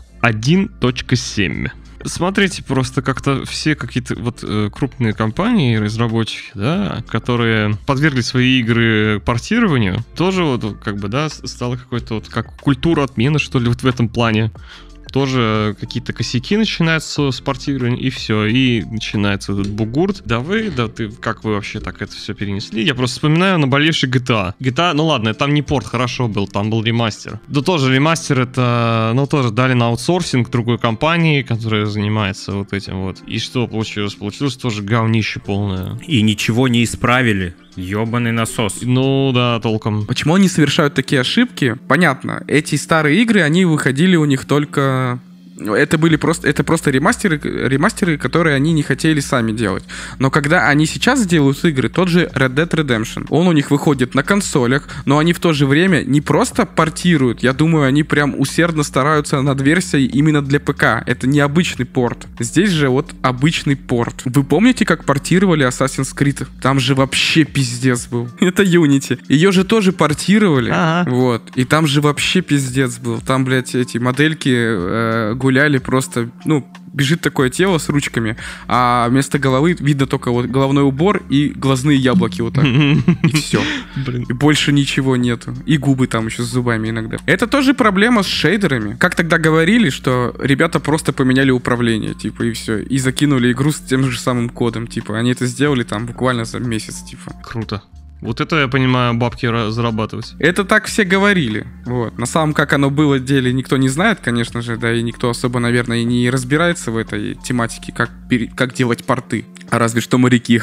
1.7. Смотрите, просто как-то все какие-то вот крупные компании, разработчики, да, которые подвергли свои игры портированию, тоже вот как бы, да, стало какой-то вот как культура отмены, что ли, вот в этом плане. Тоже какие-то косяки начинаются с портированием, и все, и начинается этот бугурт. Да ты, как вы вообще так это все перенесли? Я просто вспоминаю наболевший GTA. GTA, ну ладно, там не порт хорошо был, там был ремастер. Да тоже ремастер это, ну тоже дали на аутсорсинг другой компании, которая занимается вот этим вот. И что получилось? Получилось тоже говнище полное. И ничего не исправили. Ёбаный насос. Ну да, толком. Почему они совершают такие ошибки? Понятно. Эти старые игры, они выходили у них только... Это просто ремастеры, которые они не хотели сами делать. Но когда они сейчас делают игры, тот же Red Dead Redemption, он у них выходит на консолях, но они в то же время не просто портируют, я думаю, они прям усердно стараются над версией именно для ПК. Это не обычный порт. Здесь же вот обычный порт. Вы помните, как портировали Assassin's Creed? Там же вообще пиздец был. Это Unity. Ее же тоже портировали. Ага. Вот. И там же вообще пиздец был. Там, блядь, эти модельки гуляли просто, ну, бежит такое тело с ручками, а вместо головы видно только вот головной убор и глазные яблоки вот так. И все. И больше ничего нету. И губы там еще с зубами иногда. Это тоже проблема с шейдерами. Как тогда говорили, что ребята просто поменяли управление, типа, и все. И закинули игру с тем же самым кодом, типа. Они это сделали там буквально за месяц, типа. Круто. Вот это, я понимаю, бабки зарабатывать. Это так все говорили. Вот. На самом как оно было в деле, никто не знает, конечно же, да, и никто особо, наверное, и не разбирается в этой тематике, как делать порты. А разве что моряки.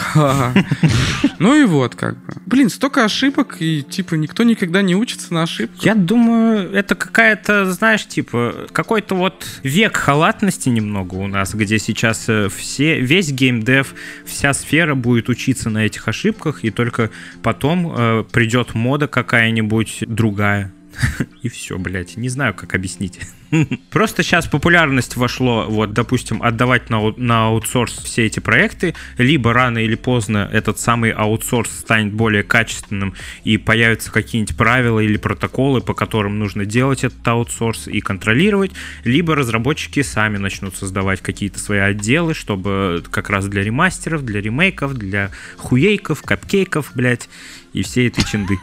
Ну и вот, как бы. Блин, столько ошибок, и, типа, никто никогда не учится на ошибках. Я думаю, это какая-то, знаешь, типа, какой-то вот век халатности немного у нас, где сейчас весь геймдев, вся сфера будет учиться на этих ошибках, и только потом придет мода какая-нибудь другая. И все, блядь, не знаю, как объяснить. Просто сейчас популярность вошло, вот, допустим, отдавать на аутсорс все эти проекты, либо рано или поздно этот самый аутсорс станет более качественным, и появятся какие-нибудь правила или протоколы, по которым нужно делать этот аутсорс и контролировать, либо разработчики сами начнут создавать какие-то свои отделы, чтобы как раз для ремастеров, для ремейков, для хуейков, капкейков, блядь, и всей этой чинды.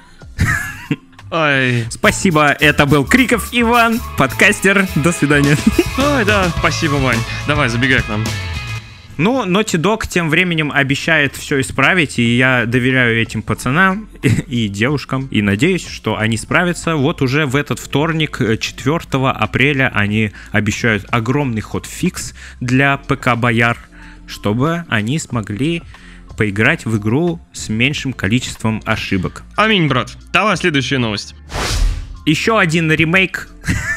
Ай. Спасибо, это был Криков Иван, подкастер. До свидания. Ой, да, спасибо, Вань. Давай, забегай к нам. Ну, Naughty Dog тем временем обещает все исправить, и я доверяю этим пацанам и девушкам, и надеюсь, что они справятся. Вот уже в этот вторник, 4 апреля, они обещают огромный хот-фикс для ПК-бояр, чтобы они смогли поиграть в игру с меньшим количеством ошибок. Аминь, брат. Давай следующая новость. Еще один ремейк.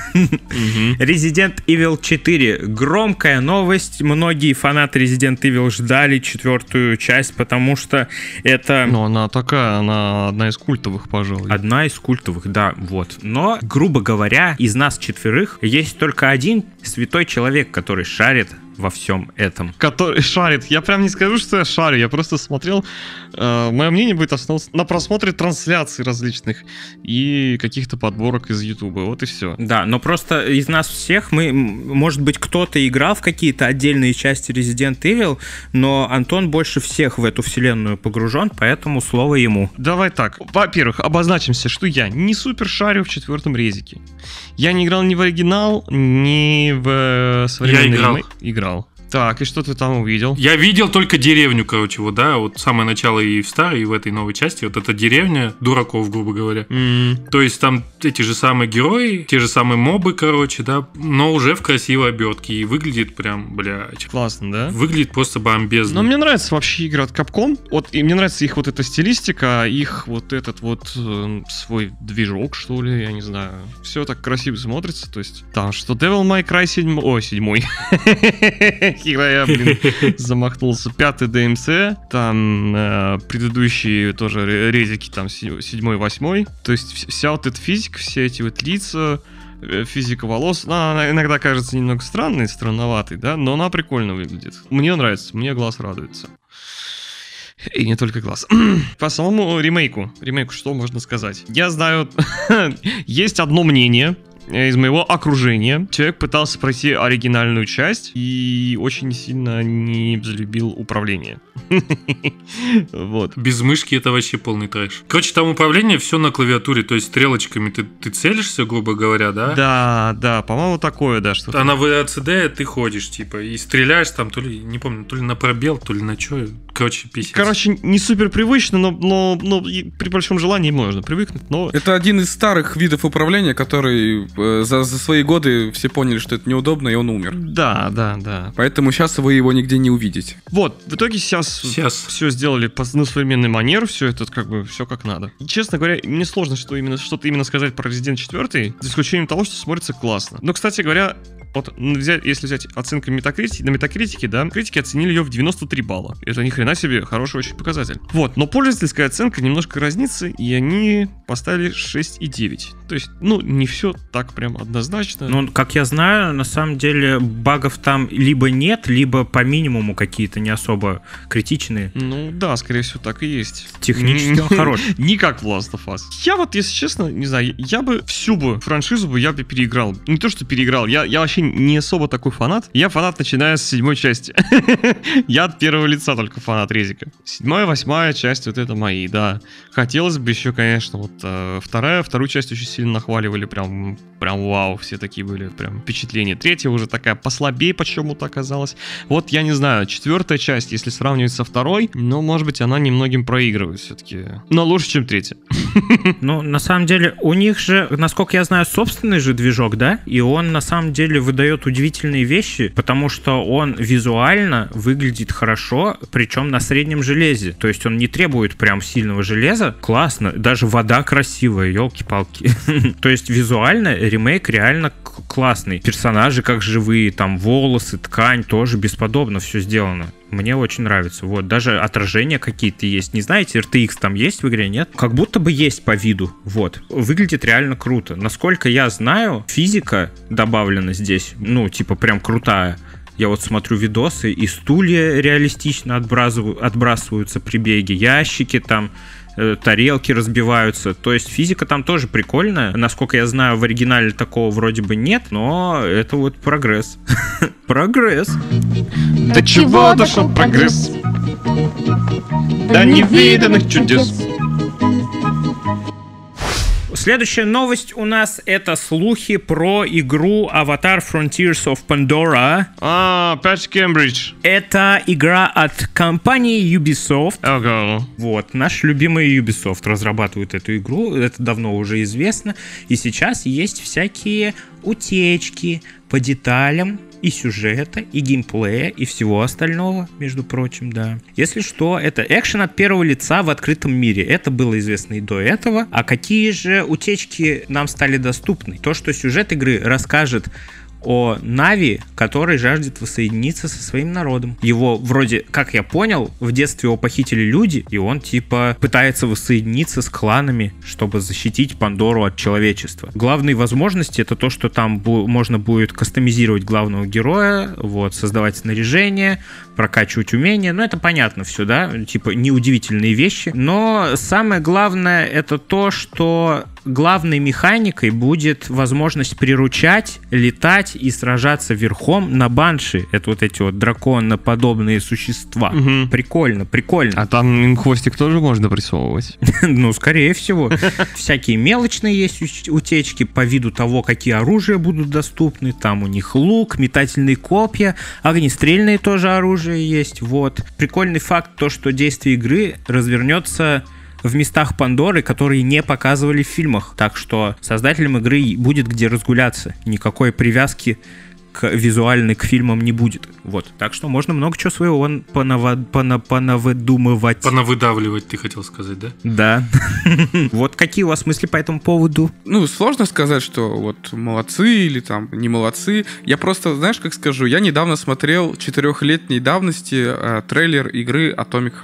Resident Evil 4. Громкая новость. Многие фанаты Resident Evil ждали 4-ю часть, потому что это... Ну, она такая, она одна из культовых, пожалуй. Одна из культовых, да, вот. Но, грубо говоря, из нас четверых есть только один святой человек, который шарит во всем этом. Который шарит. Я прям не скажу, что я шарю. Я просто смотрел... мое мнение будет основано на просмотре трансляций различных и каких-то подборок из Ютуба. Вот и все. Да, но просто из нас всех может быть, кто-то играл в какие-то отдельные части Resident Evil, но Антон больше всех в эту вселенную погружен, поэтому слово ему. Давай так. Во-первых, обозначимся, что я не супер шарю в 4-м резике. Я не играл ни в оригинал, ни в современный ремейк. Играл. Так, и что ты там увидел? Я видел только деревню, короче, вот, да, вот самое начало и в старой, и в этой новой части, вот эта деревня дураков, грубо говоря. То есть там эти же самые герои, те же самые мобы, короче, да, но уже в красивой обертке, и выглядит прям, блядь. Классно, да? Выглядит просто бомбезно. Но мне нравится вообще игры от Capcom, вот, и мне нравится их вот эта стилистика, их вот этот вот свой движок, что ли, я не знаю. Все так красиво смотрится, то есть там, что Devil May Cry 7, я, блин, замахнулся. 5-й DMC, там предыдущие тоже резики, там 7-й, 8-й. То есть вся вот эта физика стилистика, все эти вот лица, физика волос, она иногда кажется немного странной, странноватой, да, но она прикольно выглядит. Мне нравится, мне глаз радуется. И не только глаз. По самому ремейку что можно сказать? Я знаю, есть одно мнение из моего окружения. Человек пытался пройти оригинальную часть и очень сильно не взлюбил управление. Вот. Без мышки это вообще полный трэш. Короче, там управление все на клавиатуре, то есть стрелочками ты целишься, грубо говоря, да? Да, по-моему, такое, да, что-то. А на VLCD ты ходишь, типа, и стреляешь там, то ли, не помню, то ли на пробел, то ли на что. Короче, писец. Короче, не супер привычно, но при большом желании можно привыкнуть, но... Это один из старых видов управления, который за свои годы все поняли, что это неудобно, и он умер. Да. Поэтому сейчас вы его нигде не увидите. Вот, в итоге сейчас все сделали на современный манер, все это как бы все как надо. И, честно говоря, мне сложно что-то именно сказать про Resident 4, за исключением того, что смотрится классно. Но, кстати говоря, вот если взять оценку на Метакритике, да, критики оценили ее в 93 балла. Это ни хрена себе хороший очень показатель. Вот, но пользовательская оценка немножко разнится, и они поставили 6,9. То есть, не все так прям однозначно. Ну, как я знаю, на самом деле багов там либо нет, либо по минимуму какие-то не особо критичные. Ну да, скорее всего, так и есть. Технически он хорош. Не как в Last of Us. Я вот, если честно, не знаю, я бы всю франшизу переиграл. Не то, что переиграл, я вообще не особо такой фанат. Я фанат, начиная с 7 части. Я от первого лица только фанат Резика. 7-я, 8-я часть, вот это мои, да. Хотелось бы еще, конечно, вот вторую часть очень сильно нахваливали, прям вау, все такие были, прям впечатления. 3-я уже такая послабее почему-то оказалась. Вот я не знаю, 4-я часть, если сравнивать со 2-й, может быть, она немногим проигрывает все-таки. Но лучше, чем 3-я. Ну, на самом деле, у них же, насколько я знаю, собственный же движок, да? И он, на самом деле, выдает удивительные вещи, потому что он визуально выглядит хорошо, причем на среднем железе. То есть он не требует прям сильного железа. Классно. Даже вода красивая, елки-палки. То есть визуально ремейк реально классный. Персонажи как живые, там волосы, ткань, тоже бесподобно все сделано. Мне очень нравится. Вот, даже отражения какие-то есть. Не знаете, RTX там есть в игре, нет? Как будто бы есть по виду. Вот. Выглядит реально круто. Насколько я знаю, физика добавлена здесь, прям крутая. Я вот смотрю видосы, и стулья реалистично отбрасываются при беге, ящики там, тарелки разбиваются. То есть физика там тоже прикольная. Насколько я знаю, в оригинале такого вроде бы нет, но это вот прогресс. Прогресс. До чего дошел прогресс? До невиданных чудес. Следующая новость у нас — это слухи про игру Avatar Frontiers of Pandora. Patch Cambridge. Это игра от компании Ubisoft. Ого. Вот, наш любимый Ubisoft разрабатывает эту игру, это давно уже известно. И сейчас есть всякие утечки по деталям и сюжета, и геймплея, и всего остального, между прочим, да. Если что, это экшен от первого лица в открытом мире. Это было известно и до этого. А какие же утечки нам стали доступны? То, что сюжет игры расскажет о Нави, который жаждет воссоединиться со своим народом. Его вроде, как я понял, в детстве его похитили люди, и он типа пытается воссоединиться с кланами, чтобы защитить Пандору от человечества. Главные возможности — это то, что там можно будет кастомизировать главного героя, вот, создавать снаряжение, прокачивать умения. Ну, это понятно все, да? Типа неудивительные вещи. Но самое главное — это то, что главной механикой будет возможность приручать, летать и сражаться верхом на банши. Это вот эти вот драконоподобные существа. Угу. Прикольно. А там им хвостик тоже можно присовывать? Ну, скорее всего. Всякие мелочные есть утечки по виду того, какие оружия будут доступны. Там у них лук, метательные копья, огнестрельные тоже оружие есть. Вот. Прикольный факт то, что действие игры развернется в местах Пандоры, которые не показывали в фильмах. Так что создателям игры будет где разгуляться. Никакой привязки визуальной к фильмам не будет. Вот. Так что можно много чего своего понавыдумывать. Понавыдавливать, ты хотел сказать, да? Да. Вот какие у вас мысли по этому поводу? Ну, сложно сказать, что вот молодцы или там не молодцы. Я просто, знаешь, как скажу, я недавно смотрел 4-летней давности трейлер игры Atomic Heart.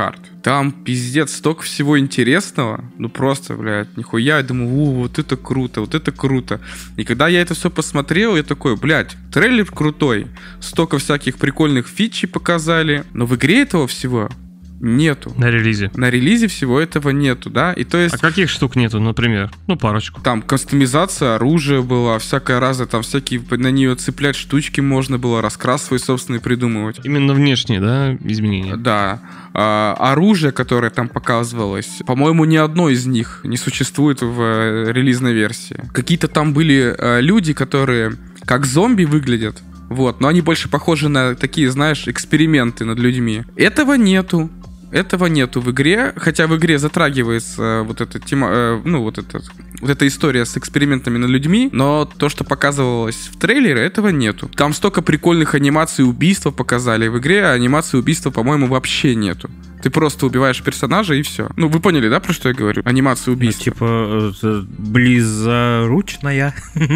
Там, пиздец, столько всего интересного. Ну, просто, блядь, нихуя. Я думаю, вот это круто, вот это круто. И когда я это все посмотрел, я такой, блядь, трейлер крутой. Столько всяких прикольных фичей показали. Но в игре этого всего нету. На релизе. На релизе всего этого нету, да? И то есть... А каких штук нету, например? Ну, парочку. Там кастомизация оружия была, всякая разная, там всякие на нее цеплять штучки можно было, раскрас свой собственный придумывать. Именно внешние, да, изменения? Да. Оружие, которое там показывалось, по-моему, ни одно из них не существует в релизной версии. Какие-то там были люди, которые как зомби выглядят, вот, но они больше похожи на такие, знаешь, эксперименты над людьми. Этого нету в игре, хотя в игре затрагивается вот эта тема, вот эта история с экспериментами над людьми, но то, что показывалось в трейлере, этого нету. Там столько прикольных анимаций убийства показали в игре, а анимации убийства, по-моему, вообще нету. Ты просто убиваешь персонажа и все. Ну, вы поняли, да, про что я говорю? Анимация убийства. Ну, типа, близоручная.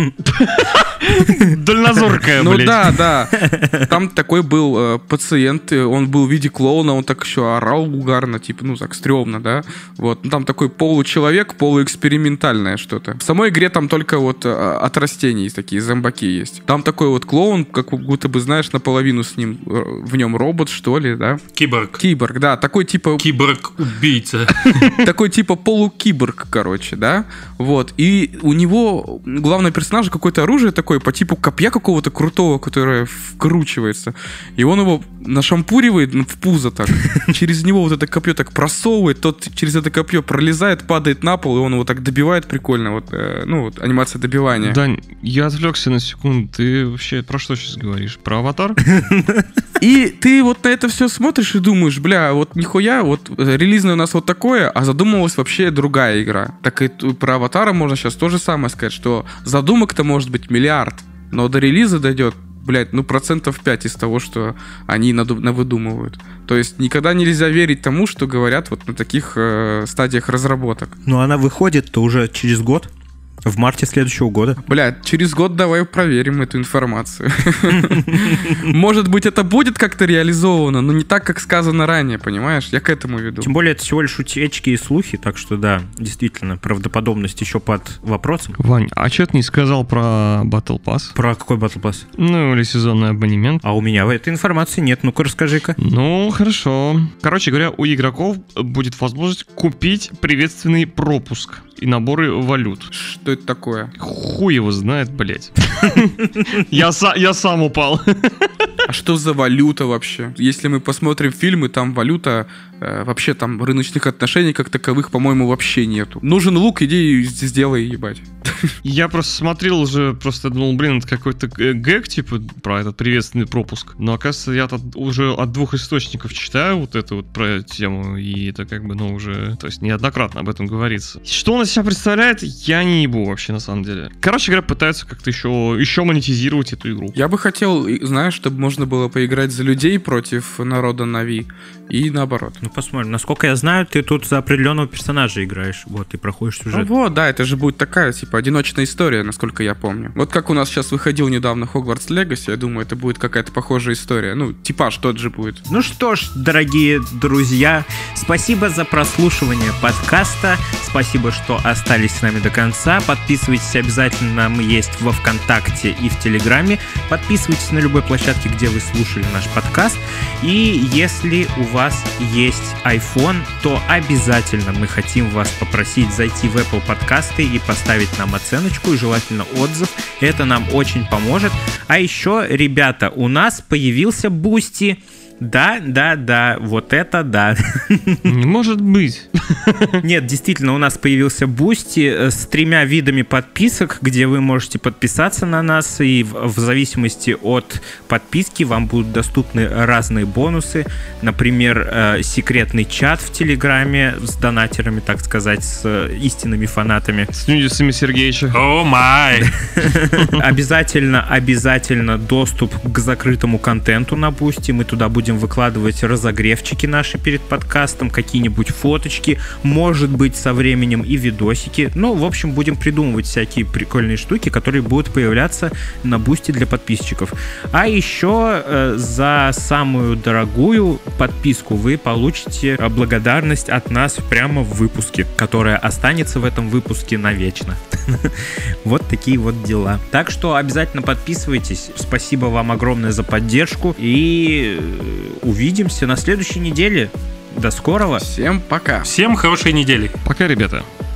Дальнозоркая, блядь. Ну да. Там такой был пациент, он был в виде клоуна, он так еще орал угарно, типа, ну, так стрёмно, да. Вот. Там такой получеловек, полуэкспериментальное что-то. В самой игре там только вот от растений такие зомбаки есть. Там такой вот клоун, как будто бы, знаешь, наполовину с ним, в нем робот, что ли, да? Киборг, да. Такой типа... Киборг-убийца. Такой типа полукиборг, короче, да? Вот. И у него, главный персонаж, какое-то оружие такое по типу копья какого-то крутого, которое вкручивается. И он его нашампуривает в пузо так. Через него вот это копье так просовывает, тот через это копье пролезает, падает на пол, и он его так добивает прикольно. Вот, вот анимация добивания. Дань, я отвлекся на секунду. Ты вообще про что сейчас говоришь? Про Аватар? И ты вот на это все смотришь и думаешь, бля, вот нихуя, вот релизное у нас вот такое, а задумывалась вообще другая игра. Так и про Аватара можно сейчас то же самое сказать, что задумок-то может быть миллиард, но до релиза дойдет, блядь, 5% из того, что они навыдумывают. То есть никогда нельзя верить тому, что говорят вот на таких стадиях разработок. Ну, она выходит-то уже через год. В марте следующего года. Блядь, через год давай проверим эту информацию. Может быть, это будет как-то реализовано, но не так, как сказано ранее, понимаешь? Я к этому веду. Тем более, это всего лишь утечки и слухи, так что да, действительно, правдоподобность еще под вопросом. Вань, а что ты не сказал про Battle Pass? Про какой Battle Pass? Ну, или сезонный абонемент. А у меня этой информации нет, ну-ка расскажи-ка. Ну, хорошо. Короче говоря, у игроков будет возможность купить приветственный пропуск и наборы валют. Что это такое? Хуй его знает, блять. Я сам упал. А что за валюта вообще? Если мы посмотрим фильмы, там валюта, вообще там рыночных отношений как таковых, по-моему, вообще нету. Нужен лук, иди и сделай, ебать. Я просто смотрел уже, просто думал, блин, это какой-то гэг, типа, про этот приветственный пропуск. Но, оказывается, я уже от двух источников читаю вот эту вот про эту тему, и это как бы, то есть неоднократно об этом говорится. Что он из себя представляет, я не ебу вообще, на самом деле. Короче говоря, пытаются как-то еще монетизировать эту игру. Я бы хотел, знаешь, чтобы можно было поиграть за людей против народа Нави, и наоборот. Ну, посмотрим. Насколько я знаю, ты тут за определенного персонажа играешь. Вот, ты проходишь сюжет. Ну вот, да, это же будет такая, типа, одиночная история, насколько я помню. Вот как у нас сейчас выходил недавно Hogwarts Legacy, я думаю, это будет какая-то похожая история. Ну, типаж тот же будет. Ну что ж, дорогие друзья, спасибо за прослушивание подкаста. Спасибо, что остались с нами до конца. Подписывайтесь обязательно, мы есть во ВКонтакте и в Телеграме. Подписывайтесь на любой площадке, где вы слушали наш подкаст. И если у вас есть iPhone, то обязательно мы хотим вас попросить зайти в Apple подкасты и поставить нам оценочку и желательно отзыв. Это нам очень поможет. А еще, ребята, у нас появился Boosty. Да, вот это да. Не может быть. Нет, действительно, у нас появился Boosty с 3 видами подписок, где вы можете подписаться на нас, и в зависимости от подписки вам будут доступны разные бонусы. Например, секретный чат в Телеграме с донатерами, так сказать, с истинными фанатами. С нюдисами Сергеевича. О май! Обязательно доступ к закрытому контенту на Boosty. Мы туда будем будем выкладывать разогревчики наши перед подкастом, какие-нибудь фоточки, может быть, со временем и видосики. Ну, в общем, будем придумывать всякие прикольные штуки, которые будут появляться на Бусти для подписчиков. А еще за самую дорогую подписку вы получите благодарность от нас прямо в выпуске, которая останется в этом выпуске навечно. Вот такие вот дела. Так что обязательно подписывайтесь. Спасибо вам огромное за поддержку. И увидимся на следующей неделе. До скорого. Всем пока. Всем хорошей недели. Пока, ребята.